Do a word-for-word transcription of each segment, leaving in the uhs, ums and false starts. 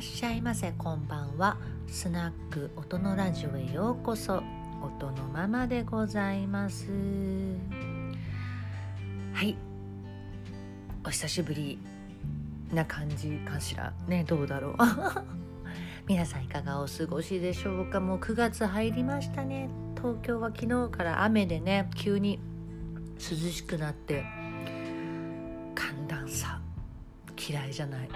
しゃいませ。こんばんは。スナック音のラジオへようこそ。音のママでございます。はい、お久しぶりな感じかしらね。どうだろう皆さんいかがお過ごしでしょうか。もうくがつ入りましたね。東京は昨日から雨でね、急に涼しくなって、寒暖差嫌いじゃない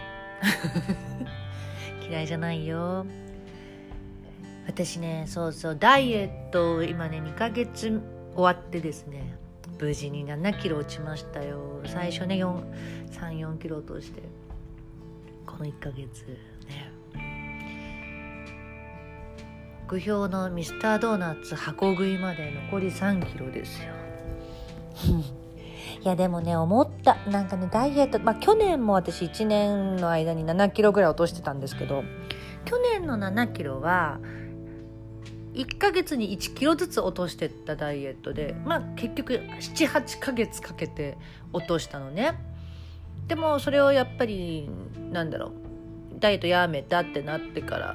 嫌いじゃないよ。私ね、そうそうダイエット今ねにかげつ終わってですね、無事にななキロ落ちましたよ。最初ねさん、よんキロ落として、このいっかげつね、目標のミスタードーナツ箱食いまで残りさんキロですよいやでもね、思ったなんかね、ダイエット、まあ去年も私いちねんの間にななキロぐらい落としてたんですけど、去年のななキロはいっかげつにいちキロずつ落としてったダイエットで、まあ結局なな、はちかげつかけて落としたのね。でもそれをやっぱりなんだろう、ダイエットやめたってなってから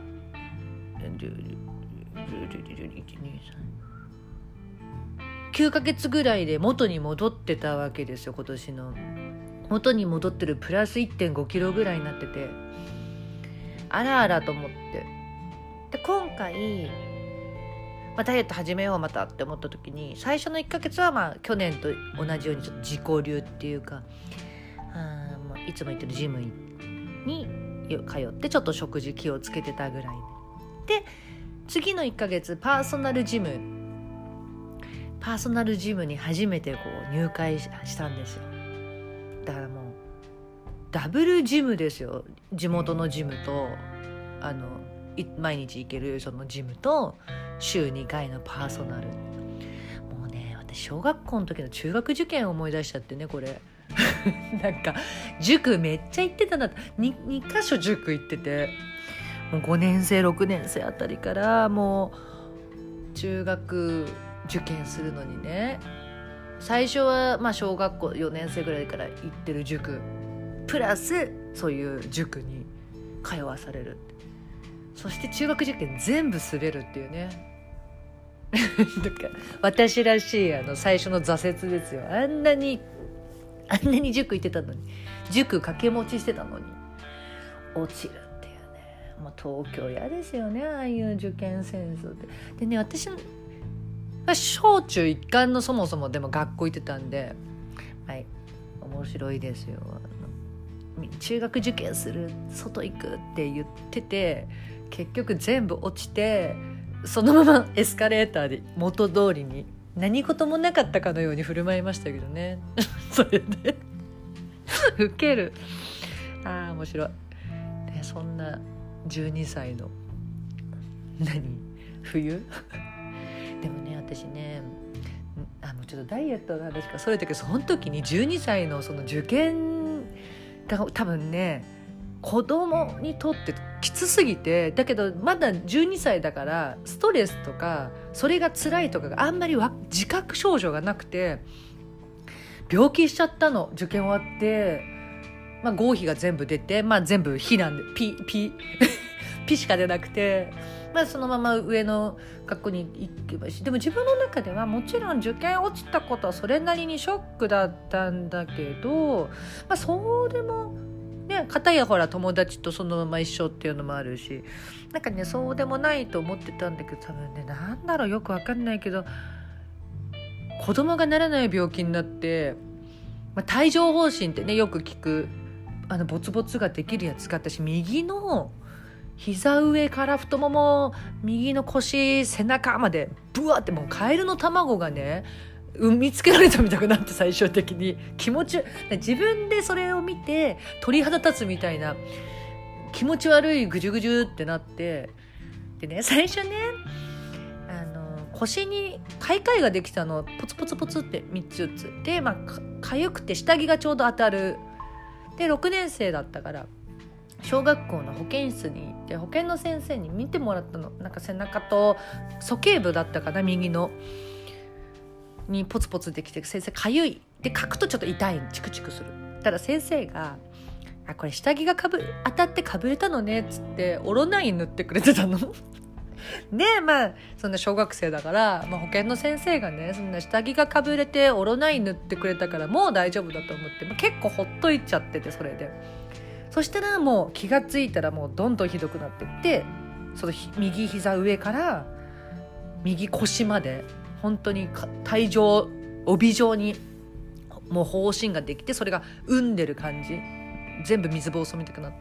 きゅうかげつぐらいで元に戻ってたわけですよ。今年の元に戻ってるプラス いってんごキロぐらいになってて、あらあらと思って、で今回、まあ、ダイエット始めようまたって思った時に、最初のいっかげつはまあ去年と同じようにちょっと自己流っていうか、あもういつも行ってるジムに通ってちょっと食事気をつけてたぐらいで、次のいっかげつパーソナルジムパーソナルジムに初めてこう入会したんですよ。だからもうダブルジムですよ。地元のジムとあの毎日行けるそのジムと週にかいのパーソナル。もうね、私小学校の時の中学受験を思い出しちゃってね、これなんか塾めっちゃ行ってたな。 2, 2箇所塾行ってて、もうごねんせいろくねんせいあたりからもう中学受験するのにね、最初はまあ小学校よねんせいぐらいから行ってる塾プラスそういう塾に通わされる。そして中学受験全部滑るっていうねなんか私らしいあの最初の挫折ですよ。あんなにあんなに塾行ってたのに、塾掛け持ちしてたのに落ちるっていうね。もう東京嫌ですよね、ああいう受験戦争で。でね、私小中一貫のそもそもでも学校行ってたんで、はい、面白いですよ。あの中学受験する、外行くって言ってて、結局全部落ちて、そのままエスカレーターで元通りに何事もなかったかのように振る舞いましたけどねそれでウケる。あー面白い、ね、そんなじゅうにさいの何冬でもね、私ね、あのちょっとダイエットの話からそれたけど、その時にじゅうにさいのその受験が多分ね、子供にとってきつすぎて、だけどまだじゅうにさいだからストレスとかそれが辛いとかがあんまりわ自覚症状がなくて、病気しちゃったの。受験終わって、まあ、合否が全部出て、まあ、全部非なんでピピピしか出なくて、まあ、そのまま上の学校に行けばいいし、でも自分の中ではもちろん受験落ちたことはそれなりにショックだったんだけど、まあ、そうでもね、片やほら友達とそのまま一緒っていうのもあるし、なんかね、そうでもないと思ってたんだけど、多分ね、なんだろう、よくわかんないけど、子供がならない病気になって、まあ、帯状疱疹ってねよく聞く、あのボツボツができるやつが、私右の膝上から太もも、右の腰、背中までブワーって、もうカエルの卵がね産みつけられたみたいになって、最終的に気持ち、自分でそれを見て鳥肌立つみたいな気持ち悪いぐじゅぐじゅってなって、でね、最初ね、あの腰にかいかいができたの、ポツポツポツってみっつつで、まあ、か, かゆくて下着がちょうど当たる。でろくねんせいだったから小学校の保健室に行って、保健の先生に見てもらったの。なんか背中と鼠径部だったかな、右のにポツポツできて、先生かゆいで書くとちょっと痛い、チクチクする。ただ先生があこれ下着がかぶ当たってかぶれたのねっつってオロナイン塗ってくれてたのでまあそんな小学生だから、まあ、保健の先生がねそんな下着がかぶれてオロナイン塗ってくれたからもう大丈夫だと思って、まあ、結構ほっといちゃってて、それでそしたらもう気がついたらもうどんどんひどくなってってその右膝上から右腰まで本当に帯状帯状にもう方針ができて、それが産んでる感じ、全部水疱瘡みたくなって、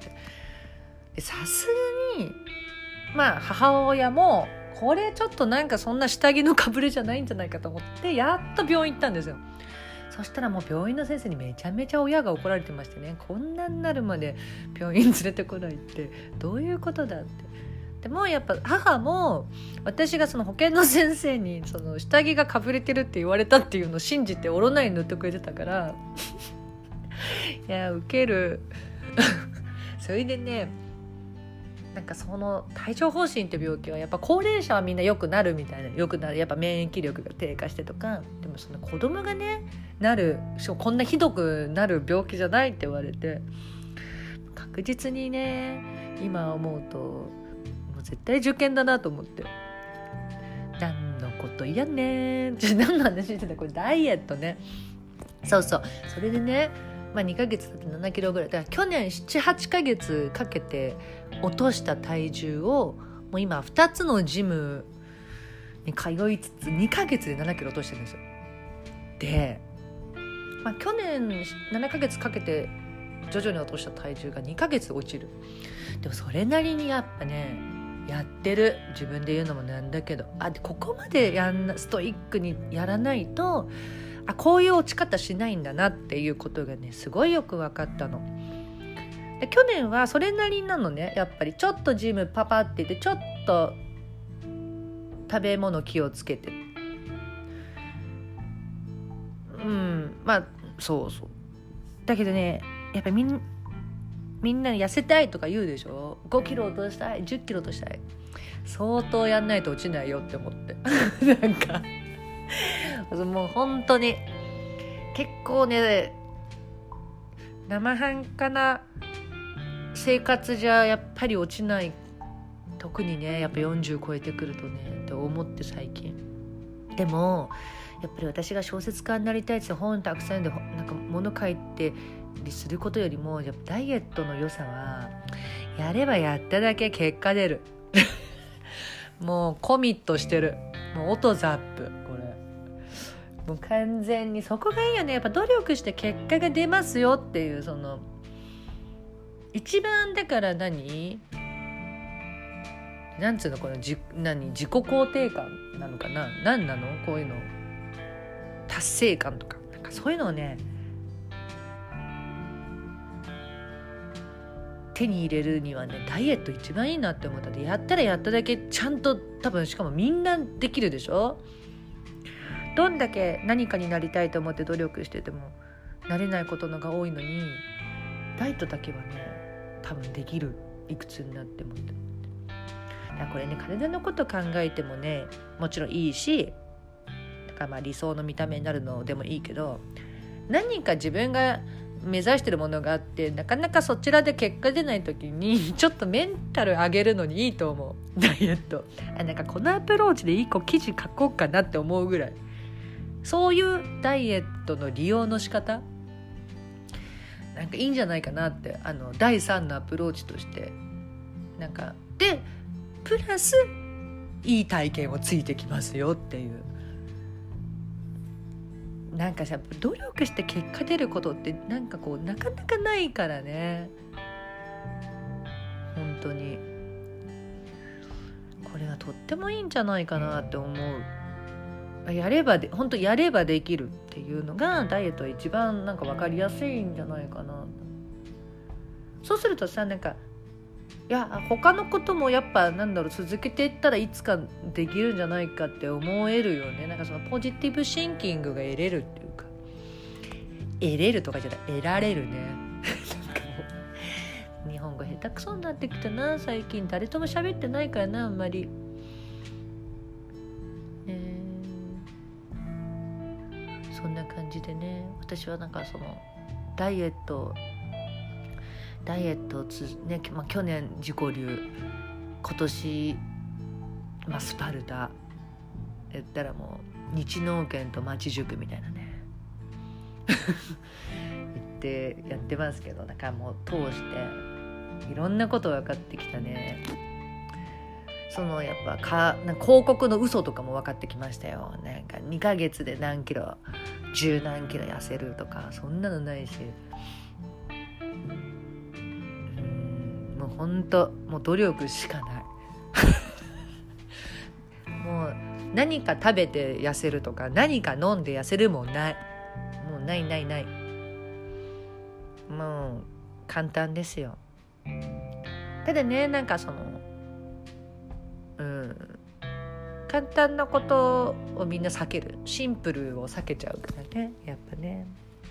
さすがにまあ母親もこれちょっとなんかそんな下着のかぶれじゃないんじゃないかと思ってやっと病院行ったんですよ。そしたらもう病院の先生にめちゃめちゃ親が怒られてましてね、こんなになるまで病院連れてこないってどういうことだって。でもやっぱ母も私がその保健の先生にその下着がかぶれてるって言われたっていうのを信じてオロナイン塗ってくれてたからいやウケるそれでね、なんかその帯状疱疹って病気はやっぱ高齢者はみんなよくなるみたいな、よくなる、やっぱ免疫力が低下してとか、でもその子供がねなる、こんなひどくなる病気じゃないって言われて、確実にね今思うともう絶対受験だなと思って、何のことやねんって何の話してた、これダイエットね。そうそう、それでね、まあ、にかげつ経ってななキロぐらいだから、去年 ななはち ヶ月かけて落とした体重をもう今ふたつのジムに通いつつにかげつでななキロ落としてるんですよ。で、まあ、去年ななかげつかけて徐々に落とした体重がにかげつで落ちる。でもそれなりにやっぱねやってる、自分で言うのもなんだけど、あでここまでやんなストイックにやらないと、あこういう落ち方しないんだなっていうことがねすごいよく分かったの。で去年はそれなりなのね、やっぱりちょっとジムパパって言ってちょっと食べ物気をつけて、うんまあそうそうだけどね、やっぱりみんみんな痩せたいとか言うでしょ、ごキロ落としたいじゅっキロ落としたい、相当やんないと落ちないよって思ってなんかもう本当に結構ね生半可な生活じゃやっぱり落ちない、特にねやっぱよんじゅう超えてくるとねって思って最近。でもやっぱり私が小説家になりたいって本たくさんでなんか物書いてりすることよりも、やっぱダイエットの良さはやればやっただけ結果出るもうコミットしてる、もうオトザップ、これもう完全にそこがいいよね。やっぱ努力して結果が出ますよっていう、その一番だから何なんつうの、このじ何自己肯定感なのかな、何なのこういうの、達成感とかなんかそういうのをね手に入れるにはねダイエット一番いいなって思った。でやったらやっただけちゃんと多分しかもみんなできるでしょ。どんだけ何かになりたいと思って努力しててもなれないことのが多いのに、ダイエットだけはね多分できる、いくつになってもって。だからこれね体のこと考えてもねもちろんいいし、だからまあ理想の見た目になるのでもいいけど、何か自分が目指してるものがあってなかなかそちらで結果出ない時にちょっとメンタル上げるのにいいと思うダイエット。あなんかこのアプローチでいっこ記事書こうかなって思うぐらい、そういうダイエットの利用の仕方なんかいいんじゃないかなって、あのだいさんのアプローチとしてなんかでプラスいい体験をついてきますよっていう。なんかさ努力して結果出ることってなんかこうなかなかないからね、本当にこれはとってもいいんじゃないかなって思う。やればで本当やればできるっていうのがダイエットは一番なんか分かりやすいんじゃないかな。そうするとさなんかいや他のこともやっぱなんだろう続けていったらいつかできるんじゃないかって思えるよね。なんかそのポジティブシンキングが得れるっていうか、得れるとかじゃない得られるねなんかもう日本語下手くそになってきたな最近。誰とも喋ってないからなあんまりね。そんな感じでね私はなんかそのダイエットダイエットをつ、ねまあ、去年自己流、今年、まあ、スパルタ言ったらもう日農研と町塾みたいなね言ってやってますけど、だからもう通していろんなこと分かってきたね。そのやっぱかなんか広告の嘘とかも分かってきましたよ。なんかにかげつで何キロ十何キロ痩せるとかそんなのないし、うんもうほんともう努力しかないもう何か食べて痩せるとか何か飲んで痩せるもない、もうないないない、もう簡単ですよ。ただね、なんかそのうん簡単なことをみんな避ける、シンプルを避けちゃうからね、やっぱね。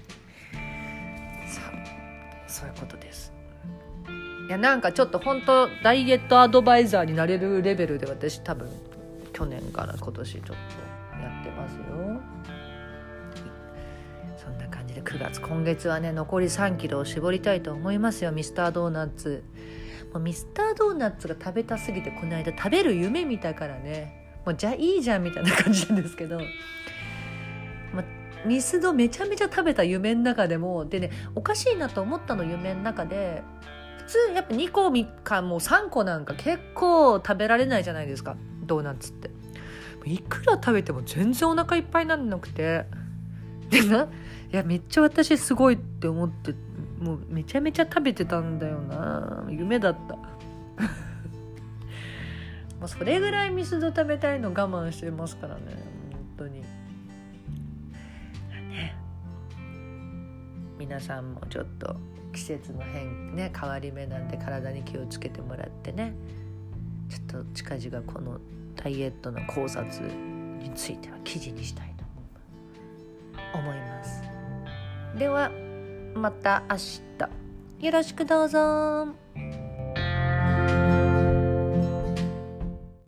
そうそういうことです。いやなんかちょっと本当ダイエットアドバイザーになれるレベルで私多分去年から今年ちょっとやってますよ。そんな感じでくがつ、今月はね残りさんキロを絞りたいと思いますよ。ミスタードーナツ、もうミスタードーナツが食べたすぎてこの間食べる夢見たからね、もうじゃあいいじゃんみたいな感じなんですけど、まあ、ミスドめちゃめちゃ食べた夢の中でもでね、おかしいなと思ったの夢の中で、普通やっぱにこみっかもうさんこなんか結構食べられないじゃないですか、ドーナツって。いくら食べても全然お腹いっぱいにならなくて、でないやめっちゃ私すごいって思って、もうめちゃめちゃ食べてたんだよな、夢だったもうそれぐらいミスド食べたいの我慢してますからね、本当にね。皆さんもちょっと季節の変ね変わり目なんで体に気をつけてもらってね、ちょっと近々このダイエットの考察については記事にしたいと思います。ではまた明日よろしくどうぞ。